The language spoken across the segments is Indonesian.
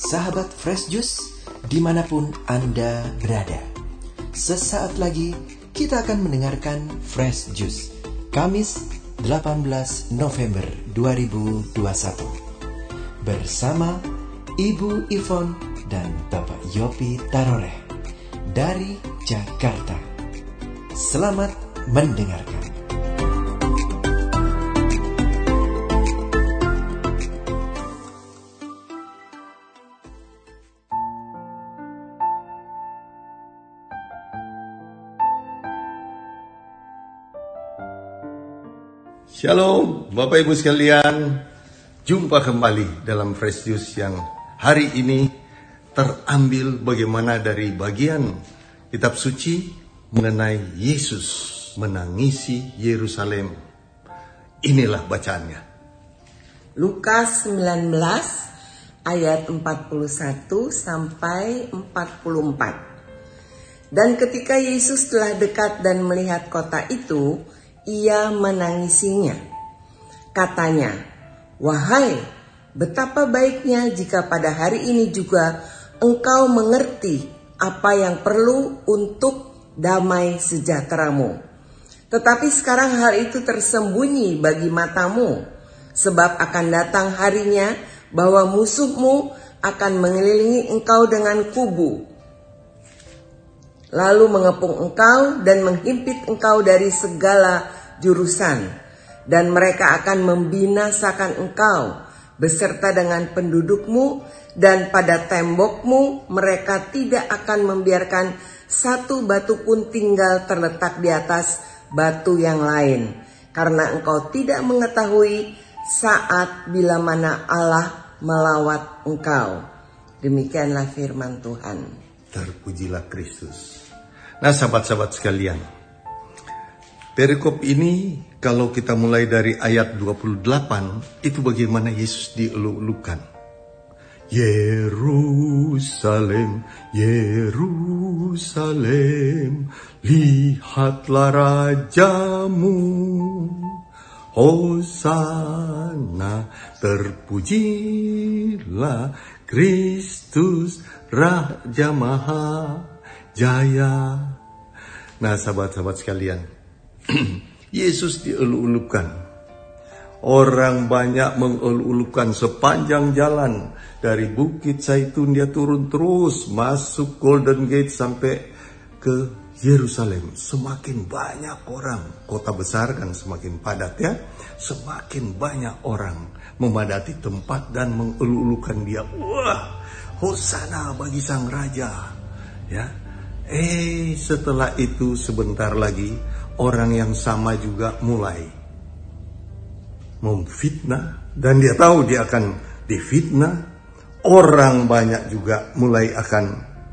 Sahabat Fresh Juice, dimanapun Anda berada, sesaat lagi kita akan mendengarkan Fresh Juice, Kamis 18 November 2021, bersama Ibu Ivon dan Bapak Yopi Taroreh dari Jakarta. Selamat mendengarkan. Shalom Bapak Ibu sekalian, jumpa kembali dalam Fresh Juice yang hari ini terambil bagaimana dari bagian kitab suci mengenai Yesus menangisi Yerusalem. Inilah bacaannya. Lukas 19 ayat 41 sampai 44. Dan ketika Yesus telah dekat dan melihat kota itu, ia menangisinya. Katanya, "Wahai, betapa baiknya jika pada hari ini juga engkau mengerti apa yang perlu untuk damai sejahteramu. Tetapi sekarang hal itu tersembunyi bagi matamu, sebab akan datang harinya bahwa musuhmu akan mengelilingi engkau dengan kubu, lalu mengepung engkau dan menghimpit engkau dari segala jurusan, dan mereka akan membinasakan engkau beserta dengan pendudukmu, dan pada tembokmu mereka tidak akan membiarkan satu batu pun tinggal terletak di atas batu yang lain, karena engkau tidak mengetahui saat bila mana Allah melawat engkau." Demikianlah firman Tuhan. Terpujilah Kristus. Nah sahabat-sahabat sekalian, perikop ini kalau kita mulai dari ayat 28, itu bagaimana Yesus dieluk-elukan. Yerusalem, Yerusalem, lihatlah rajamu. Hosana, terpujilah Kristus, Raja Maha Jaya. Nah sahabat-sahabat sekalian, Yesus dieluk-elukan. Orang banyak mengeluk-elukan sepanjang jalan. Dari Bukit Zaitun dia turun terus masuk Golden Gate sampai ke Yerusalem. Semakin banyak orang, kota besar kan semakin padat ya. Semakin banyak orang memadati tempat dan mengeluk-elukan dia. Wah, hosana bagi sang raja. Ya. Setelah itu sebentar lagi orang yang sama juga mulai memfitnah, dan dia tahu dia akan difitnah. Orang banyak juga mulai akan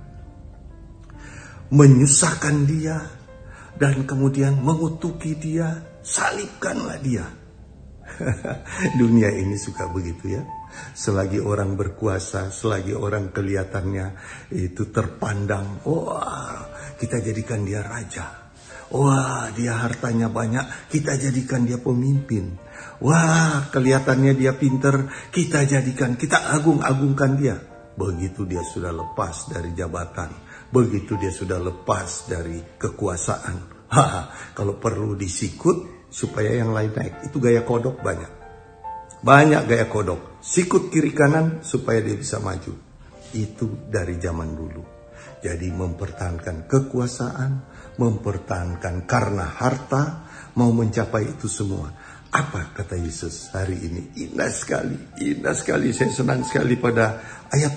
menyusahkan dia dan kemudian mengutuki dia, salibkanlah dia. Dunia ini suka begitu ya. Selagi orang berkuasa, selagi orang kelihatannya itu terpandang, wah kita jadikan dia raja. Wah dia hartanya banyak, kita jadikan dia pemimpin. Wah kelihatannya dia pinter, kita jadikan, kita agung-agungkan dia. Begitu dia sudah lepas dari jabatan, begitu dia sudah lepas dari kekuasaan, kalau perlu disikut supaya yang lain naik. Itu gaya kodok banyak gaya kodok. Sikut kiri kanan supaya dia bisa maju. Itu dari zaman dulu. Jadi mempertahankan kekuasaan, mempertahankan karena harta, mau mencapai itu semua. Apa kata Yesus hari ini? Indah sekali. Saya senang sekali pada ayat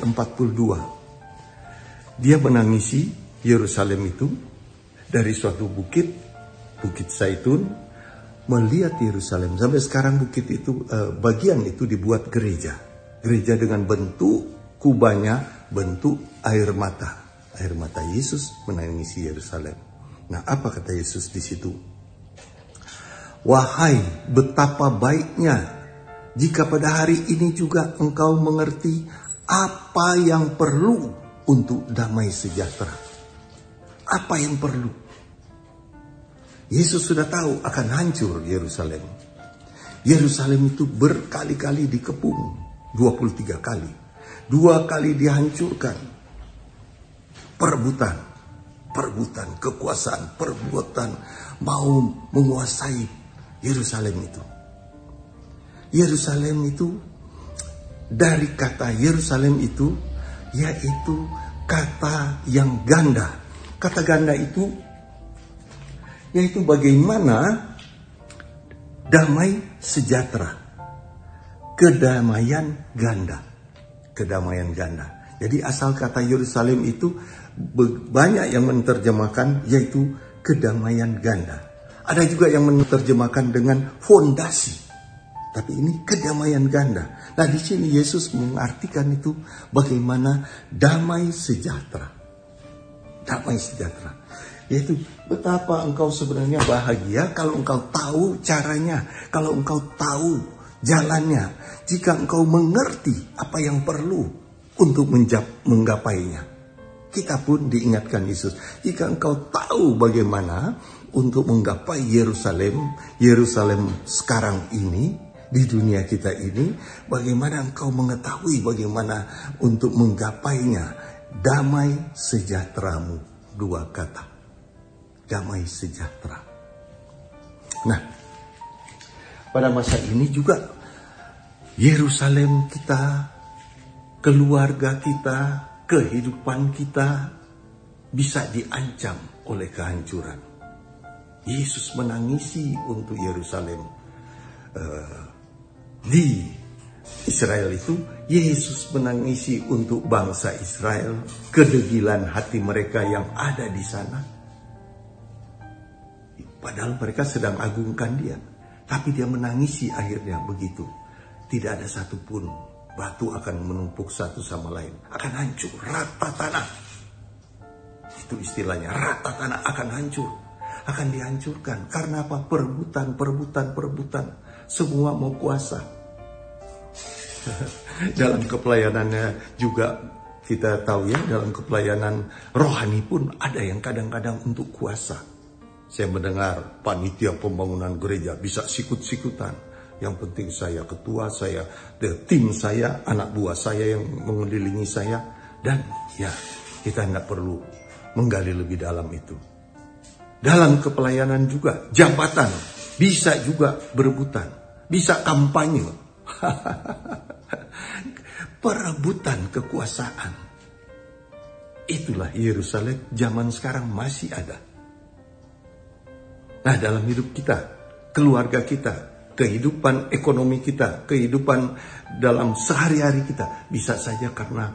42. Dia menangisi Yerusalem itu dari suatu bukit, Bukit Zaitun, melihat Yerusalem. Sampai sekarang bukit itu, bagian itu dibuat gereja. Gereja dengan bentuk kubahnya, bentuk air mata. Air mata Yesus menangisi Yerusalem. Nah, apa kata Yesus di situ? Wahai, betapa baiknya jika pada hari ini juga engkau mengerti apa yang perlu untuk damai sejahtera. Apa yang perlu? Yesus sudah tahu akan hancur Yerusalem. Yerusalem itu berkali-kali dikepung, 23 kali. 2 kali dihancurkan. Perebutan kekuasaan, perebutan mau menguasai Yerusalem itu. Yerusalem itu, dari kata Yerusalem itu, yaitu kata yang ganda. Kata ganda itu, yaitu bagaimana damai sejahtera. Kedamaian ganda. Jadi asal kata Yerusalem itu banyak yang menerjemahkan yaitu kedamaian ganda. Ada juga yang menerjemahkan dengan fondasi. Tapi ini kedamaian ganda. Nah, di sini Yesus mengartikan itu bagaimana damai sejahtera. Damai sejahtera. Yaitu betapa engkau sebenarnya bahagia kalau engkau tahu caranya, kalau engkau tahu jalannya, jika engkau mengerti apa yang perlu untuk menggapainya. Kita pun diingatkan Yesus, jika engkau tahu bagaimana untuk menggapai Yerusalem sekarang ini, di dunia kita ini, bagaimana engkau mengetahui bagaimana untuk menggapainya. Damai sejahteramu, 2 kata. Damai sejahtera. Nah, pada masa ini juga Yerusalem kita, keluarga kita, kehidupan kita bisa diancam oleh kehancuran. Yesus menangisi untuk Yerusalem. Di Israel itu, Yesus menangisi untuk bangsa Israel, kedegilan hati mereka yang ada di sana. Padahal mereka sedang agungkan Dia, tapi Dia menangisi akhirnya begitu. Tidak ada satupun batu akan menumpuk satu sama lain, akan hancur, rata tanah. Itu istilahnya, rata tanah akan hancur, akan dihancurkan. Karena apa? Perebutan. Semua mau kuasa. Dalam kepelayanannya juga kita tahu ya, dalam kepelayanan rohani pun ada yang kadang-kadang untuk kuasa. Saya mendengar panitia pembangunan gereja bisa sikut-sikutan. Yang penting saya ketua, saya tim saya, anak buah saya yang mengelilingi saya. Dan ya, kita tidak perlu menggali lebih dalam itu. Dalam kepelayanan juga, jabatan bisa juga berebutan, bisa kampanye. Perebutan kekuasaan. Itulah Yerusalem zaman sekarang masih ada. Nah, dalam hidup kita, keluarga kita, kehidupan ekonomi kita, kehidupan dalam sehari-hari kita, bisa saja karena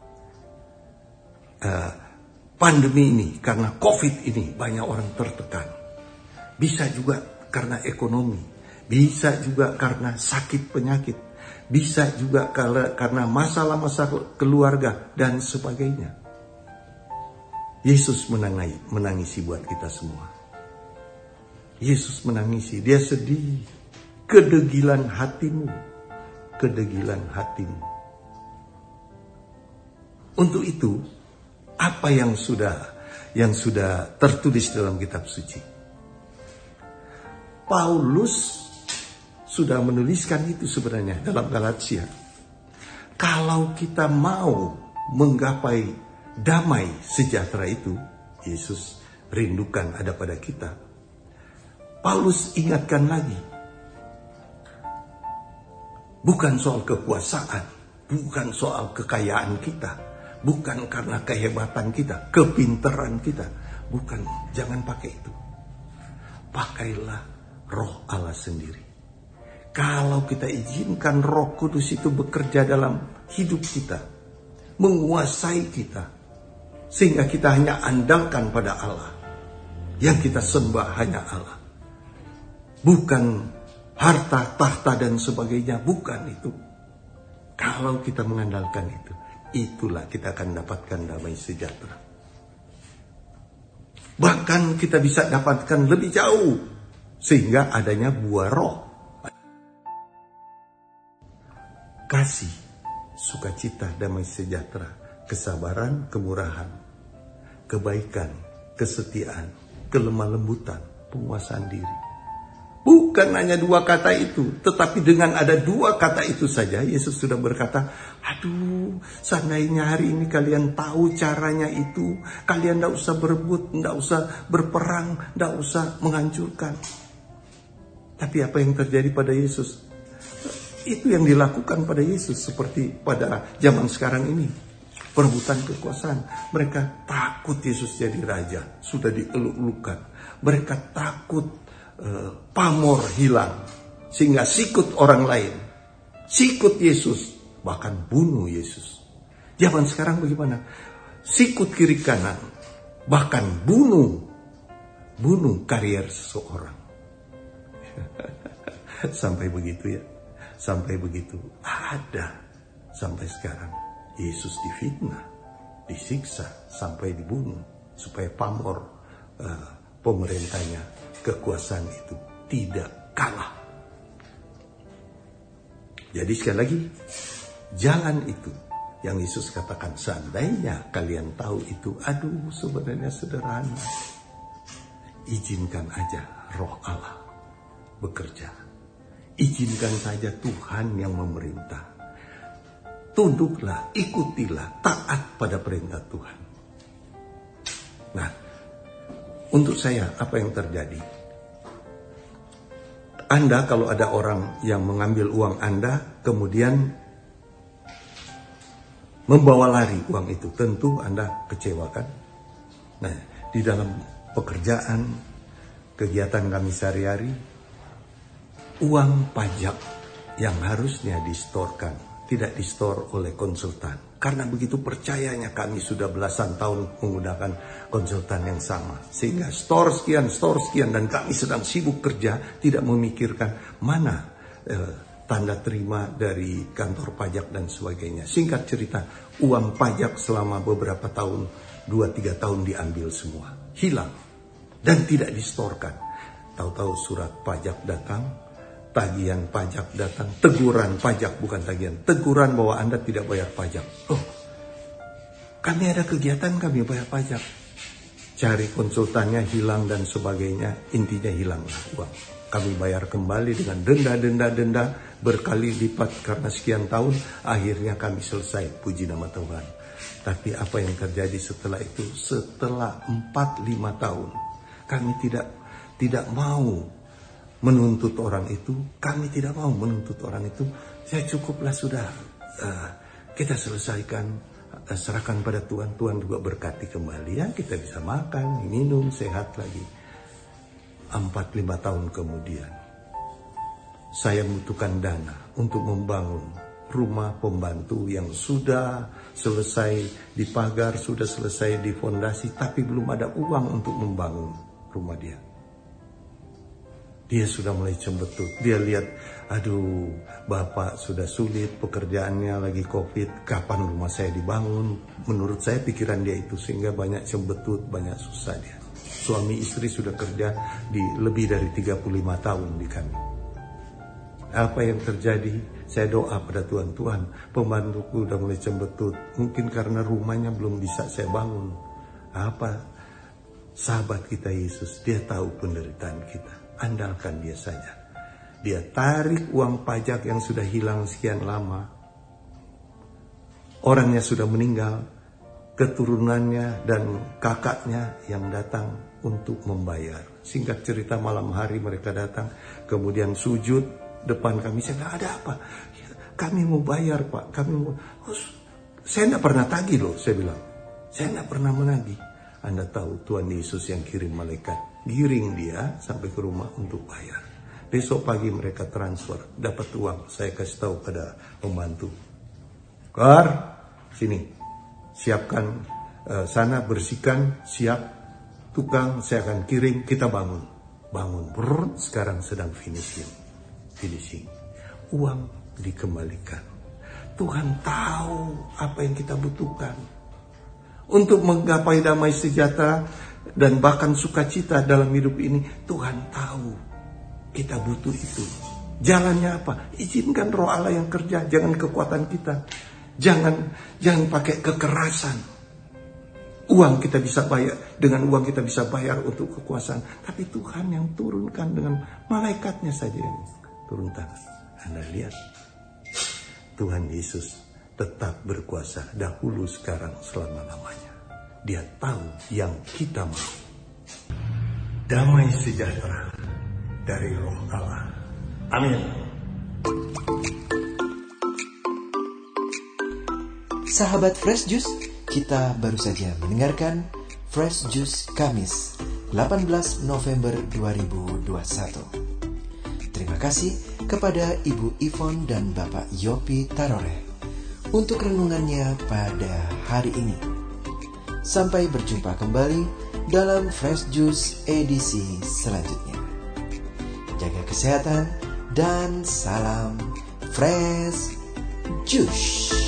pandemi ini, karena COVID ini, banyak orang tertekan. Bisa juga karena ekonomi, bisa juga karena sakit penyakit, bisa juga karena masalah-masalah keluarga dan sebagainya. Yesus menangisi buat kita semua. Yesus menangisi, Dia sedih. Kedegilan hatimu. Untuk itu, apa yang sudah tertulis dalam kitab suci? Paulus sudah menuliskan itu sebenarnya dalam Galatia. Kalau kita mau menggapai damai sejahtera itu, Yesus rindukan ada pada kita. Paulus ingatkan lagi, bukan soal kekuasaan, bukan soal kekayaan kita, bukan karena kehebatan kita, kepintaran kita, bukan, jangan pakai itu. Pakailah Roh Allah sendiri. Kalau kita izinkan Roh Kudus itu bekerja dalam hidup kita, menguasai kita, sehingga kita hanya andalkan pada Allah, yang kita sembah hanya Allah, bukan harta, tahta dan sebagainya, bukan itu. Kalau kita mengandalkan itu, itulah kita akan dapatkan damai sejahtera. Bahkan kita bisa dapatkan lebih jauh, sehingga adanya buah roh. Kasih, sukacita, damai sejahtera, kesabaran, kemurahan, kebaikan, kesetiaan, kelemah lembutan, penguasaan diri. Bukan Bukan hanya 2 kata itu, tetapi dengan ada 2 kata itu saja Yesus sudah berkata, aduh, seandainya hari ini kalian tahu caranya itu, kalian tidak usah berebut, tidak usah berperang, tidak usah menghancurkan. Tapi apa yang terjadi pada Yesus? Itu yang dilakukan pada Yesus seperti pada zaman sekarang ini. Perebutan kekuasaan. Mereka takut Yesus jadi raja, sudah dieluk-elukan. Mereka takut pamor hilang, sehingga sikut orang lain, sikut Yesus, bahkan bunuh Yesus. Zaman sekarang bagaimana? Sikut kiri kanan, bahkan bunuh karier seseorang. Sampai begitu ya, sampai begitu ada sampai sekarang. Yesus difitnah, disiksa, sampai dibunuh supaya pamor pemerintahnya, kekuasaan itu tidak kalah. Jadi sekali lagi, jangan itu yang Yesus katakan, seandainya kalian tahu itu, aduh sebenarnya sederhana. Izinkan aja Roh Allah bekerja. Izinkan saja Tuhan yang memerintah. Tunduklah, ikutilah, taat pada perintah Tuhan. Nah, untuk saya apa yang terjadi? Anda kalau ada orang yang mengambil uang Anda, kemudian membawa lari uang itu, tentu Anda kecewa kan? Nah, di dalam pekerjaan, kegiatan kami sehari-hari, uang pajak yang harusnya distorkan, tidak distor oleh konsultan. Karena begitu percayanya kami sudah belasan tahun menggunakan konsultan yang sama. Sehingga store sekian, dan kami sedang sibuk kerja, tidak memikirkan mana tanda terima dari kantor pajak dan sebagainya. Singkat cerita, uang pajak selama beberapa tahun, 2-3 tahun diambil semua. Hilang. Dan tidak distorkan. Tahu-tahu surat pajak datang, tagihan pajak datang, teguran pajak, bukan tagihan, teguran bahwa Anda tidak bayar pajak. Oh, kami ada kegiatan, kami bayar pajak. Cari konsultannya hilang dan sebagainya, intinya hilanglah uang. Kami bayar kembali dengan denda berkali lipat karena sekian tahun, akhirnya kami selesai, puji nama Tuhan. Tapi apa yang terjadi setelah itu? Setelah 4-5 tahun, kami tidak mau menuntut orang itu, kami tidak mau menuntut orang itu. Ya cukuplah sudah, kita selesaikan, serahkan pada Tuhan. Tuhan juga berkati kembali ya, kita bisa makan, minum, sehat lagi. 4-5 tahun kemudian, saya membutuhkan dana untuk membangun rumah pembantu yang sudah selesai dipagar, sudah selesai difondasi, tapi belum ada uang untuk membangun rumah dia. Dia sudah mulai cembetut. Dia lihat, aduh, bapak sudah sulit, pekerjaannya lagi COVID, kapan rumah saya dibangun? Menurut saya pikiran dia itu, sehingga banyak cembetut, banyak susah dia. Suami istri sudah kerja di lebih dari 35 tahun di kami. Apa yang terjadi? Saya doa pada Tuhan, pembantuku udah mulai cembetut. Mungkin karena rumahnya belum bisa saya bangun. Apa? Sahabat kita Yesus, dia tahu penderitaan kita. Andalkan dia saja. Dia tarik uang pajak yang sudah hilang sekian lama. Orangnya sudah meninggal, keturunannya dan kakaknya yang datang untuk membayar. Singkat cerita, malam hari mereka datang, kemudian sujud depan kami. Saya bilang, ada apa? Kami mau bayar, Pak. Saya tidak pernah tagih loh, saya bilang. Saya tidak pernah menagih. Anda tahu Tuhan Yesus yang kirim malaikat, giring dia sampai ke rumah untuk bayar. Besok pagi mereka transfer, dapat uang. Saya kasih tahu pada pembantu, Kar, sini, siapkan sana, bersihkan, siap, tukang, saya akan kirim, kita bangun. Sekarang sedang finishing. Uang dikembalikan. Tuhan tahu apa yang kita butuhkan. Untuk menggapai damai sejahtera dan bahkan sukacita dalam hidup ini, Tuhan tahu kita butuh itu. Jalannya apa? Izinkan Roh Allah yang kerja, jangan kekuatan kita. Jangan pakai kekerasan. uang kita bisa bayar, dengan uang kita bisa bayar untuk kekuasaan. Tapi Tuhan yang turunkan dengan malaikatnya saja yang turun tangan. Anda lihat, Tuhan Yesus tetap berkuasa dahulu, sekarang, selama-lamanya. Dia tahu yang kita mau. Damai sejahtera dari Roh Allah. Amin. Sahabat Fresh Juice, kita baru saja mendengarkan Fresh Juice Kamis 18 November 2021. Terima kasih kepada Ibu Ivon dan Bapak Yopi Taroreh untuk renungannya pada hari ini. Sampai berjumpa kembali dalam Fresh Juice edisi selanjutnya. Jaga kesehatan dan salam Fresh Juice.